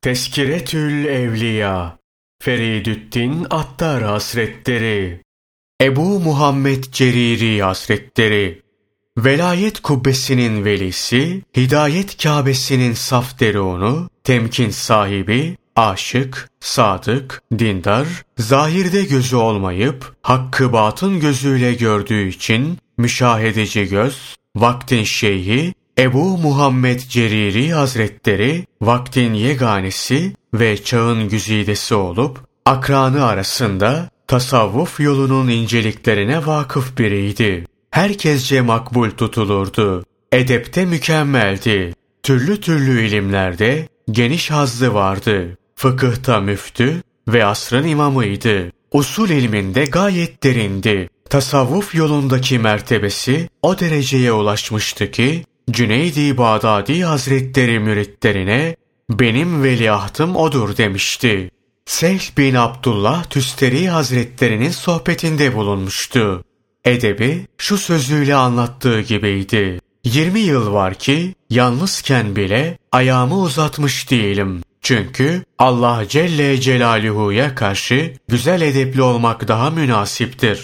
Tezkiretül Evliya Feridüddin Attar Hazretleri, Ebu Muhammed Ceriri Hazretleri, velayet kubbesinin velisi, hidayet Kâbesinin saf derunu, temkin sahibi, aşık, sadık, dindar, zahirde gözü olmayıp, hakkı batın gözüyle gördüğü için, müşahedeci göz, vaktin şeyhi, Ebu Muhammed Ceriri Hazretleri, vaktin yeganesi ve çağın güzidesi olup, akranı arasında tasavvuf yolunun inceliklerine vakıf biriydi. Herkesce makbul tutulurdu. Edepte mükemmeldi. Türlü türlü ilimlerde geniş hazzı vardı. Fıkıhta müftü ve asrın imamıydı. Usul ilminde gayet derindi. Tasavvuf yolundaki mertebesi o dereceye ulaşmıştı ki, Cüneyd-i Bağdadi Hazretleri müritlerine benim veliahtım odur demişti. Sehl bin Abdullah Tüsteri Hazretlerinin sohbetinde bulunmuştu. Edebi şu sözüyle anlattığı gibiydi. 20 yıl var ki yalnızken bile ayağımı uzatmış değilim. Çünkü Allah Celle Celaluhu'ya karşı güzel edepli olmak daha münasiptir.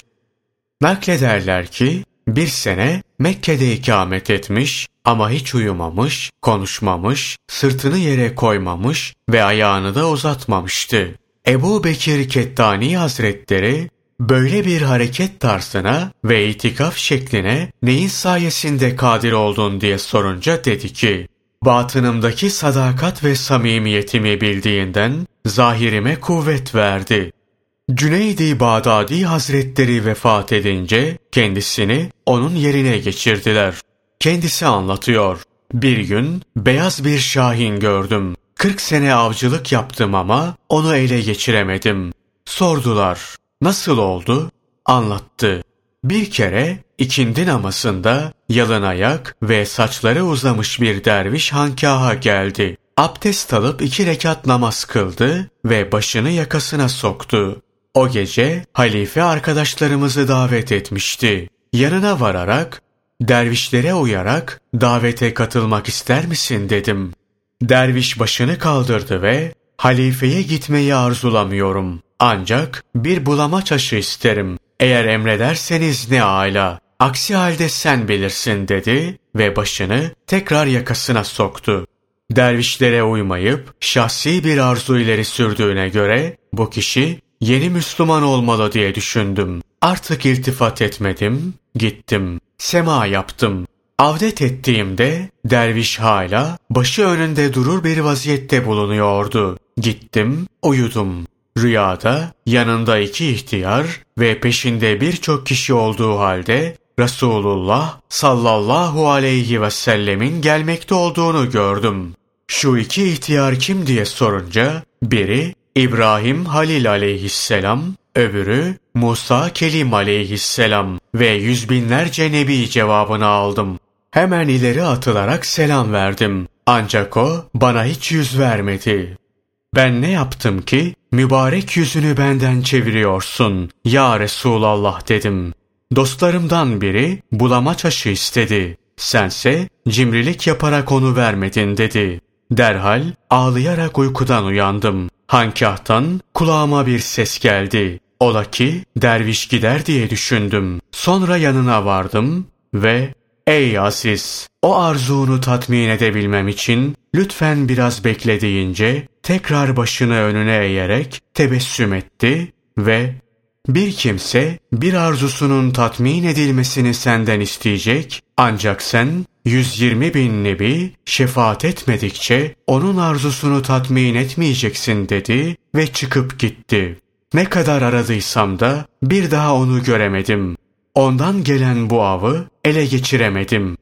Naklederler ki bir sene Mekke'de ikamet etmiş ama hiç uyumamış, konuşmamış, sırtını yere koymamış ve ayağını da uzatmamıştı. Ebu Bekir Kettani Hazretleri böyle bir hareket tarzına ve itikaf şekline neyin sayesinde kadir oldun diye sorunca dedi ki, batınımdaki sadakat ve samimiyetimi bildiğinden zahirime kuvvet verdi. Cüneyd-i Bağdadi Hazretleri vefat edince kendisini onun yerine geçirdiler. Kendisi anlatıyor. Bir gün beyaz bir şahin gördüm. 40 sene avcılık yaptım ama onu ele geçiremedim. Sordular. Nasıl oldu? Anlattı. Bir kere ikindi namazında yalın ayak ve saçları uzamış bir derviş hankaha geldi. Abdest alıp 2 rekat namaz kıldı ve başını yakasına soktu. O gece halife arkadaşlarımızı davet etmişti. Yanına vararak, dervişlere uyarak davete katılmak ister misin dedim. Derviş başını kaldırdı ve halifeye gitmeyi arzulamıyorum. Ancak bir bulama taşı isterim. Eğer emrederseniz ne âlâ. Aksi halde sen bilirsin dedi ve başını tekrar yakasına soktu. Dervişlere uymayıp şahsi bir arzu ileri sürdüğüne göre bu kişi yeni Müslüman olmalı diye düşündüm. Artık iltifat etmedim, gittim. Sema yaptım. Avdet ettiğimde derviş hala başı önünde durur bir vaziyette bulunuyordu. Gittim, uyudum. Rüyada yanında 2 ihtiyar ve peşinde birçok kişi olduğu halde Resulullah sallallahu aleyhi ve sellemin gelmekte olduğunu gördüm. Şu 2 ihtiyar kim diye sorunca biri İbrahim Halil aleyhisselam, öbürü Musa Kelim aleyhisselam ve yüz binlerce nebi cevabını aldım. Hemen ileri atılarak selam verdim. Ancak o bana hiç yüz vermedi. Ben ne yaptım ki mübarek yüzünü benden çeviriyorsun ya Resulallah dedim. Dostlarımdan biri bulama taşı istedi. Sense cimrilik yaparak onu vermedin dedi. Derhal ağlayarak uykudan uyandım. Hankâhtan kulağıma bir ses geldi. Ola ki derviş gider diye düşündüm. Sonra yanına vardım ve ''Ey Aziz, o arzunu tatmin edebilmem için lütfen biraz bekle'' deyince tekrar başını önüne eğerek tebessüm etti ve ''Bir kimse bir arzusunun tatmin edilmesini senden isteyecek ancak sen 120 bin nebi şefaat etmedikçe onun arzusunu tatmin etmeyeceksin'' dedi ve çıkıp gitti. Ne kadar aradıysam da bir daha onu göremedim. Ondan gelen bu avı ele geçiremedim.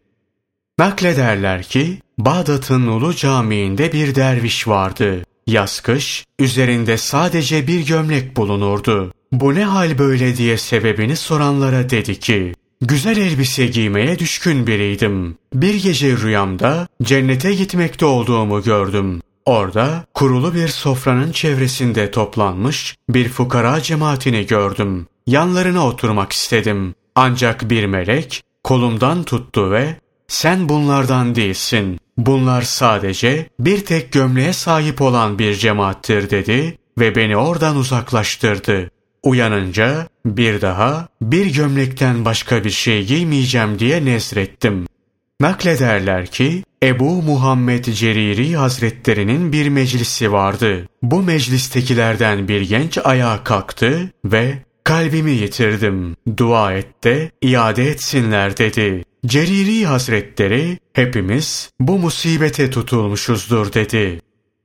Naklederler ki Bağdat'ın Ulu Camii'nde bir derviş vardı. Yaz kış üzerinde sadece bir gömlek bulunurdu. Bu ne hal böyle diye sebebini soranlara dedi ki, güzel elbise giymeye düşkün biriydim. Bir gece rüyamda cennete gitmekte olduğumu gördüm. Orada kurulu bir sofranın çevresinde toplanmış bir fukara cemaatini gördüm. Yanlarına oturmak istedim. Ancak bir melek kolumdan tuttu ve sen bunlardan değilsin. Bunlar sadece bir tek gömleğe sahip olan bir cemaattir dedi ve beni oradan uzaklaştırdı. Uyanınca bir daha bir gömlekten başka bir şey giymeyeceğim diye nezrettim. Naklederler ki Ebu Muhammed Ceriri Hazretlerinin bir meclisi vardı. Bu meclistekilerden bir genç ayağa kalktı ve "Kalbimi yitirdim, dua et de iade etsinler" dedi. Ceriri Hazretleri "Hepimiz bu musibete tutulmuşuzdur" dedi.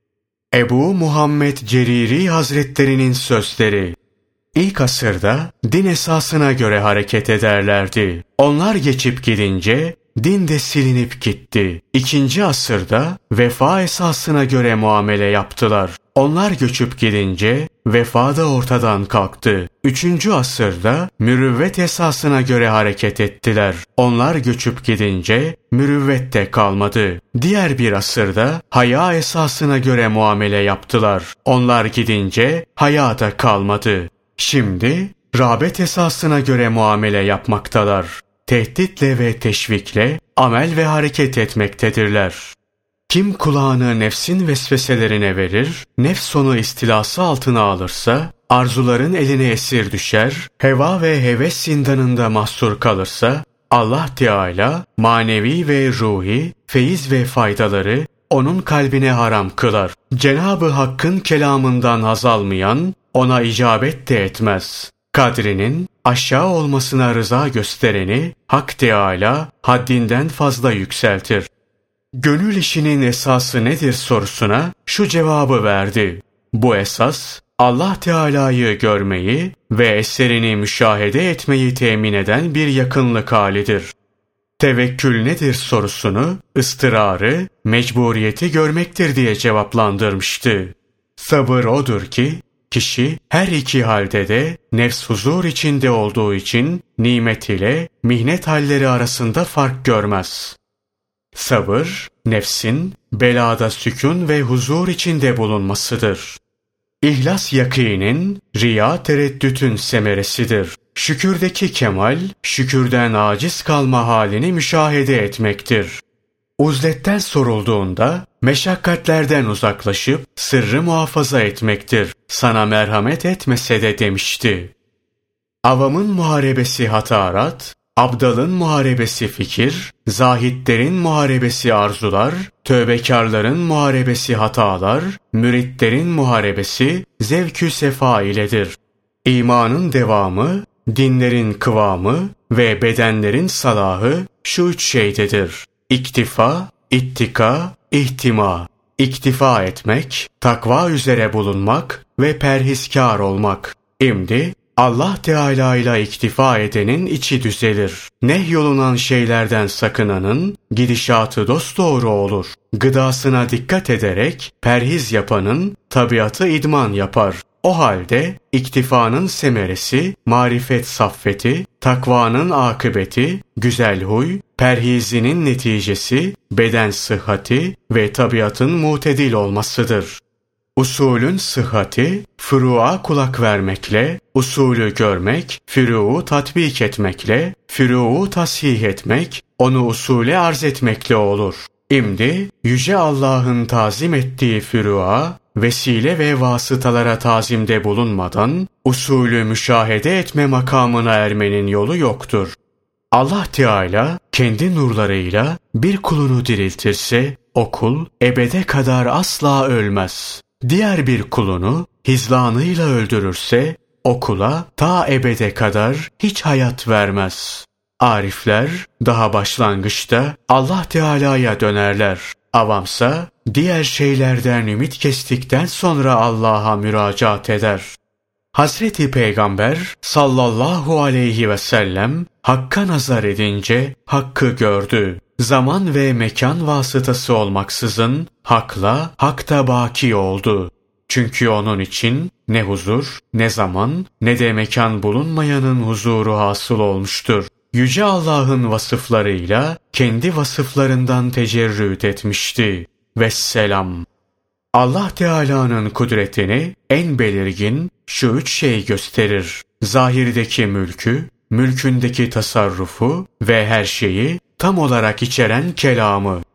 Ebu Muhammed Ceriri Hazretlerinin sözleri: İlk asırda din esasına göre hareket ederlerdi. Onlar geçip gidince din de silinip gitti. İkinci asırda vefa esasına göre muamele yaptılar. Onlar göçüp gidince vefa da ortadan kalktı. Üçüncü asırda mürüvvet esasına göre hareket ettiler. Onlar göçüp gidince mürüvvet de kalmadı. Diğer bir asırda haya esasına göre muamele yaptılar. Onlar gidince haya da kalmadı. Şimdi rağbet esasına göre muamele yapmaktalar. Tehditle ve teşvikle amel ve hareket etmektedirler. Kim kulağını nefsin vesveselerine verir, nefs onu istilası altına alırsa, arzuların eline esir düşer, heva ve heves zindanında mahsur kalırsa, Allah Teala manevi ve ruhi, feyiz ve faydaları onun kalbine haram kılar. Cenab-ı Hakk'ın kelamından haz almayan, ona icabet de etmez. Kadrinin aşağı olmasına rıza göstereni Hak Teâlâ haddinden fazla yükseltir. Gönül işinin esası nedir sorusuna şu cevabı verdi: Bu esas Allah Teâlâ'yı görmeyi ve eserini müşahede etmeyi temin eden bir yakınlık halidir. Tevekkül nedir sorusunu ıstırarı, mecburiyeti görmektir diye cevaplandırmıştı. Sabır odur ki kişi her iki halde de nefs huzur içinde olduğu için nimet ile mihnet halleri arasında fark görmez. Sabır, nefsin belada sükun ve huzur içinde bulunmasıdır. İhlas yakînin, riya tereddütün semeresidir. Şükürdeki kemal, şükürden aciz kalma halini müşahede etmektir. Uzletten sorulduğunda, meşakkatlerden uzaklaşıp sırrı muhafaza etmektir. Sana merhamet etmese de demişti. Avamın muharebesi hatarat, abdalın muharebesi fikir, zahitlerin muharebesi arzular, tövbekarların muharebesi hatalar, müritlerin muharebesi zevkü sefa iledir. İmanın devamı, dinlerin kıvamı ve bedenlerin salahı şu üç şeydedir: İktifa, ittika, ihtima. İktifa etmek, takva üzere bulunmak ve perhizkar olmak. İmdi Allah Teâlâ ile iktifa edenin içi düzelir. Nehyolunan şeylerden sakınanın gidişatı dosdoğru olur. Gıdasına dikkat ederek perhiz yapanın tabiatı idman yapar. O halde iktifanın semeresi, marifet saffeti, takvanın akıbeti, güzel huy, perhizinin neticesi, beden sıhhati ve tabiatın mutedil olmasıdır. Usulün sıhhati, furu'a kulak vermekle, usulü görmek, furu'u tatbik etmekle, furu'u tasih etmek, onu usule arz etmekle olur. İmdi, Yüce Allah'ın tazim ettiği furu'a, vesile ve vasıtalara tazimde bulunmadan, usulü müşahede etme makamına ermenin yolu yoktur. Allah Teâlâ kendi nurlarıyla bir kulunu diriltirse, o kul ebede kadar asla ölmez. Diğer bir kulunu hizlanıyla öldürürse, o kula ta ebede kadar hiç hayat vermez. Arifler daha başlangıçta Allah Teâlâ'ya dönerler. Avamsa diğer şeylerden ümit kestikten sonra Allah'a müracaat eder. Hazreti Peygamber sallallahu aleyhi ve sellem Hakk'a nazar edince Hakk'ı gördü. Zaman ve mekan vasıtası olmaksızın Hak'la Hak'ta baki oldu. Çünkü onun için ne huzur, ne zaman, ne de mekan bulunmayanın huzuru hasıl olmuştur. Yüce Allah'ın vasıflarıyla kendi vasıflarından tecerrüt etmişti. Vesselam. Allah Teala'nın kudretini en belirgin şu üç şey gösterir: zahirdeki mülkü, mülkündeki tasarrufu ve her şeyi tam olarak içeren kelamı.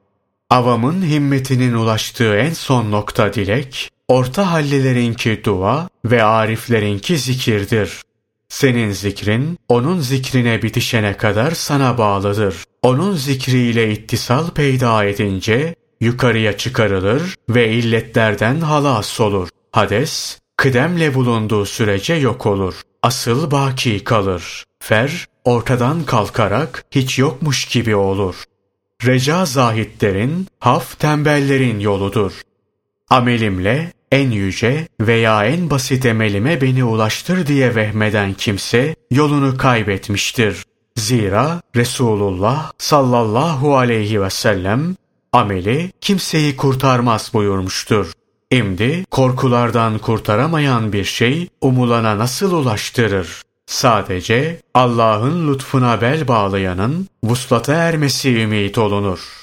Avamın himmetinin ulaştığı en son nokta dilek, orta hallilerinki dua ve ariflerinki zikirdir. Senin zikrin, onun zikrine bitişene kadar sana bağlıdır. Onun zikriyle ittisal peyda edince, yukarıya çıkarılır ve illetlerden halas olur. Hades, kıdemle bulunduğu sürece yok olur. Asıl baki kalır. Fer, ortadan kalkarak hiç yokmuş gibi olur. Reca zahitlerin, haf tembellerin yoludur. Amelimle en yüce veya en basit emelime beni ulaştır diye vehmeden kimse yolunu kaybetmiştir. Zira Resulullah sallallahu aleyhi ve sellem ameli kimseyi kurtarmaz buyurmuştur. Şimdi korkulardan kurtaramayan bir şey umulana nasıl ulaştırır? Sadece Allah'ın lütfuna bel bağlayanın vuslata ermesi ümit olunur.